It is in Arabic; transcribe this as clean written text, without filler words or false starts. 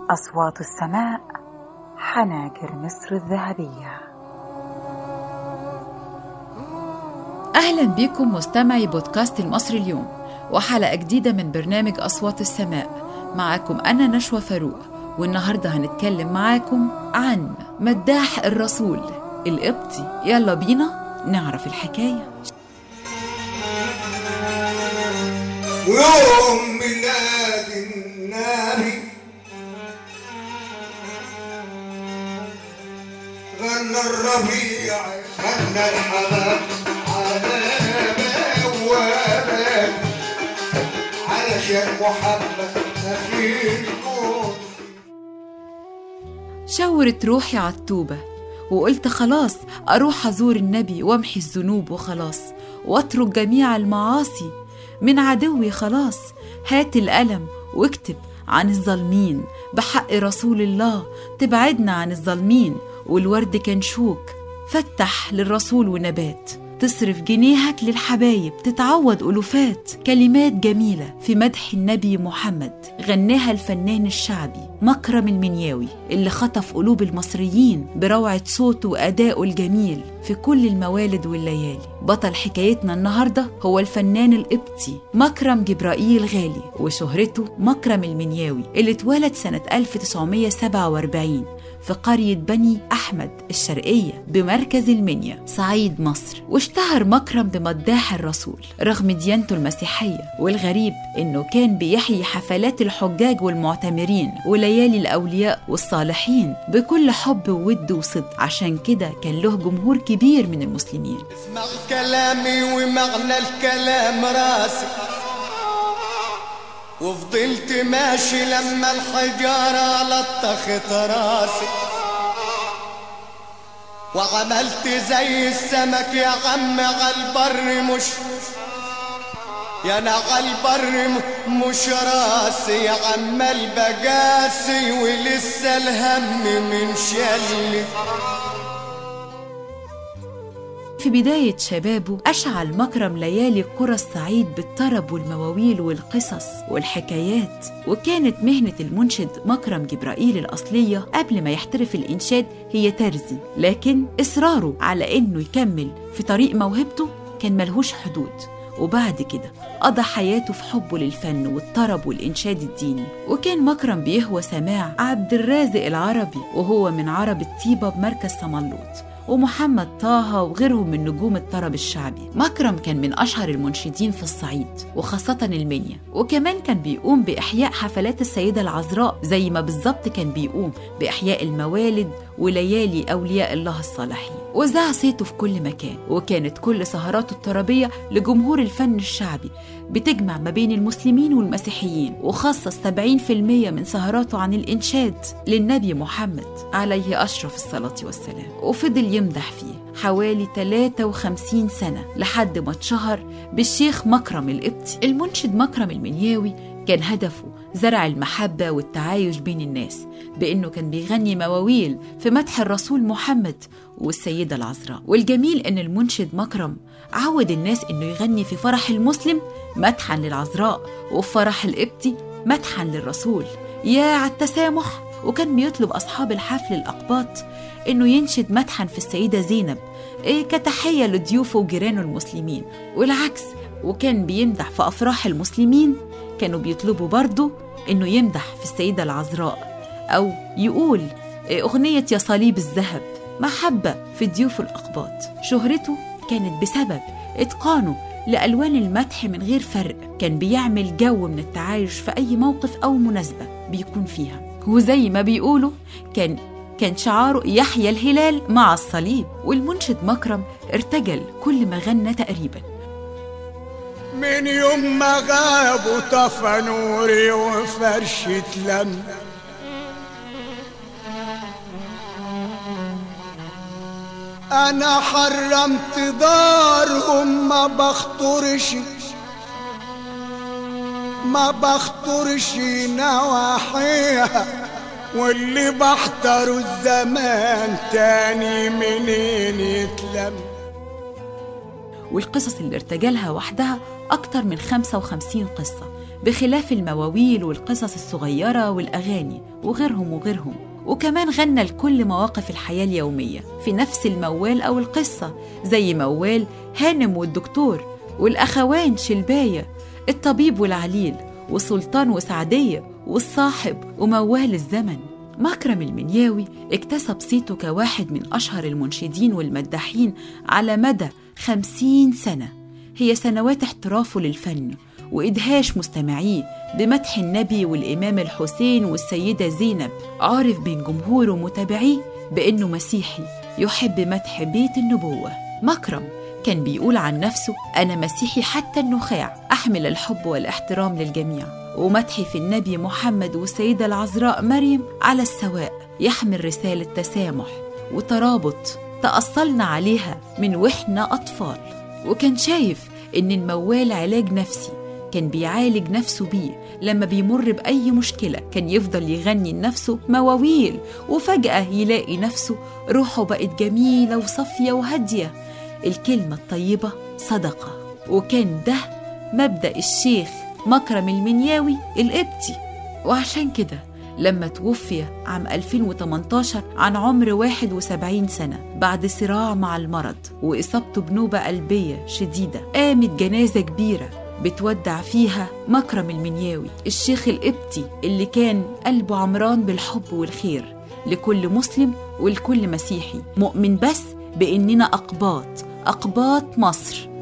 أصوات السماء، حناجر مصر الذهبية. أهلا بكم مستمعي بودكاست المصري اليوم، وحلقة جديدة من برنامج أصوات السماء. معاكم أنا نشوى فاروق، والنهاردة هنتكلم معاكم عن مداح الرسول القبطي. يلا بينا نعرف الحكاية. يوم ميلاد النبي غنى الربيع، غنى الحمام على بوابات علشان محمد نبي الكون. شاورت روحي عالطوبة وقلت خلاص أروح أزور النبي وامحي الذنوب وخلاص، واترك جميع المعاصي من عدوي خلاص. هات القلم واكتب عن الظالمين، بحق رسول الله تبعدنا عن الظالمين. والورد كان شوك فتح للرسول ونبات، تصرف جنيهك للحبايب تتعوض ألوفات. كلمات جميلة في مدح النبي محمد غناها الفنان الشعبي مكرم المنياوي، اللي خطف قلوب المصريين بروعة صوته وأدائه الجميل في كل الموالد والليالي. بطل حكايتنا النهاردة هو الفنان القبطي مكرم جبرائيل غالي، وشهرته مكرم المنياوي، اللي اتولد سنة 1947 في قرية بني أحمد الشرقية بمركز المنيا صعيد مصر. واشتهر مكرم بمداح الرسول رغم ديانته المسيحية، والغريب إنه كان بيحيي حفلات الحجاج والمعتمرين وليالي الأولياء والصالحين بكل حب وود وصدق. عشان كده كان له جمهور كبير من المسلمين. اسمع كلامي ومعنى الكلام راسي، وفضلت ماشي لما الحجارة لطخت راسي، وعملت زي السمك يا عم عالبر، مش يا انا عالبر مش راسي، عمال بقاسي ولسه الهم من شلي. في بداية شبابه أشعل مكرم ليالي قرى الصعيد بالطرب والمواويل والقصص والحكايات. وكانت مهنة المنشد مكرم جبرائيل الأصلية قبل ما يحترف الإنشاد هي ترزي، لكن إصراره على إنه يكمل في طريق موهبته كان ملهوش حدود. وبعد كده قضى حياته في حبه للفن والطرب والإنشاد الديني. وكان مكرم بيهوى سماع عبد الرازق العربي وهو من عرب الطيبة بمركز سملوط، ومحمد طه وغيرهم من نجوم الطرب الشعبي. مكرم كان من أشهر المنشدين في الصعيد وخاصة المنيا، وكمان كان بيقوم بإحياء حفلات السيدة العذراء زي ما بالظبط كان بيقوم بإحياء الموالد وليالي أولياء الله الصالحين. وذاع صيته في كل مكان، وكانت كل سهراته الطربية لجمهور الفن الشعبي بتجمع ما بين المسلمين والمسيحيين. وخصص 70% من سهراته عن الإنشاد للنبي محمد عليه أشرف الصلاة والسلام، وفضل يمدح فيه حوالي 53 سنة لحد ما اتشهر بالشيخ مكرم القبطي. المنشد مكرم المنياوي كان هدفه زرع المحبة والتعايش بين الناس، بأنه كان بيغني مواويل في مدح الرسول محمد والسيدة العذراء. والجميل أن المنشد مكرم عود الناس أنه يغني في فرح المسلم مدحا للعذراء، وفي فرح القبطي مدحا للرسول. يا عالتسامح! وكان بيطلب أصحاب الحفل الأقباط أنه ينشد مدحا في السيدة زينب كتحية لضيوفه وجيرانه المسلمين، والعكس. وكان بيمدح في أفراح المسلمين، كانوا بيطلبوا برضو أنه يمدح في السيدة العذراء، أو يقول أغنية يا صليب الذهب محبة في ضيوف الأقباط. شهرته كانت بسبب إتقانه لألوان المدح من غير فرق، كان بيعمل جو من التعايش في أي موقف أو مناسبة بيكون فيها. وزي ما بيقولوا كان شعاره يحيى الهلال مع الصليب. والمنشد مكرم ارتجل كل ما غنى تقريبا. من يوم ما غابوا طفى نوري وفرشة لم، أنا حرمت دارهم ما بخطرش نواحيها، واللي بحتروا الزمان تاني منين يتلم. والقصص اللي ارتجلها وحدها أكتر من 55 قصة، بخلاف المواويل والقصص الصغيرة والأغاني وغيرهم. وكمان غنى لكل مواقف الحياة اليومية في نفس الموال أو القصة، زي موال هانم والدكتور، والأخوان شلباية، الطبيب والعليل، وسلطان وسعدية، والصاحب، وموال الزمن. مكرم المنياوي اكتسب صيته كواحد من أشهر المنشدين والمداحين على مدى 50 سنة، هي سنوات احترافه للفن وإدهاش مستمعيه بمدح النبي والإمام الحسين والسيدة زينب. عارف بين جمهوره ومتابعيه بأنه مسيحي يحب مدح بيت النبوة. مكرم كان بيقول عن نفسه: أنا مسيحي حتى النخاع، أحمل الحب والاحترام للجميع، ومدحي في النبي محمد والسيدة العذراء مريم على السواء، يحمل رسالة تسامح وترابط تأصلنا عليها من وإحنا أطفال. وكان شايف إن الموال علاج نفسي، كان بيعالج نفسه بيه لما بيمر بأي مشكلة، كان يفضل يغني لنفسه مواويل، وفجأة يلاقي نفسه روحه بقت جميلة وصافية وهادية. الكلمة الطيبة صدقة، وكان ده مبدأ الشيخ مكرم المنياوي القبطي. وعشان كده لما توفي عام 2018 عن عمر 71 سنة بعد صراع مع المرض وإصابته بنوبة قلبية شديدة، قامت جنازة كبيرة بتودع فيها مكرم المنياوي الشيخ القبطي اللي كان قلبه عمران بالحب والخير لكل مسلم ولكل مسيحي مؤمن بس بإننا أقباط مصر.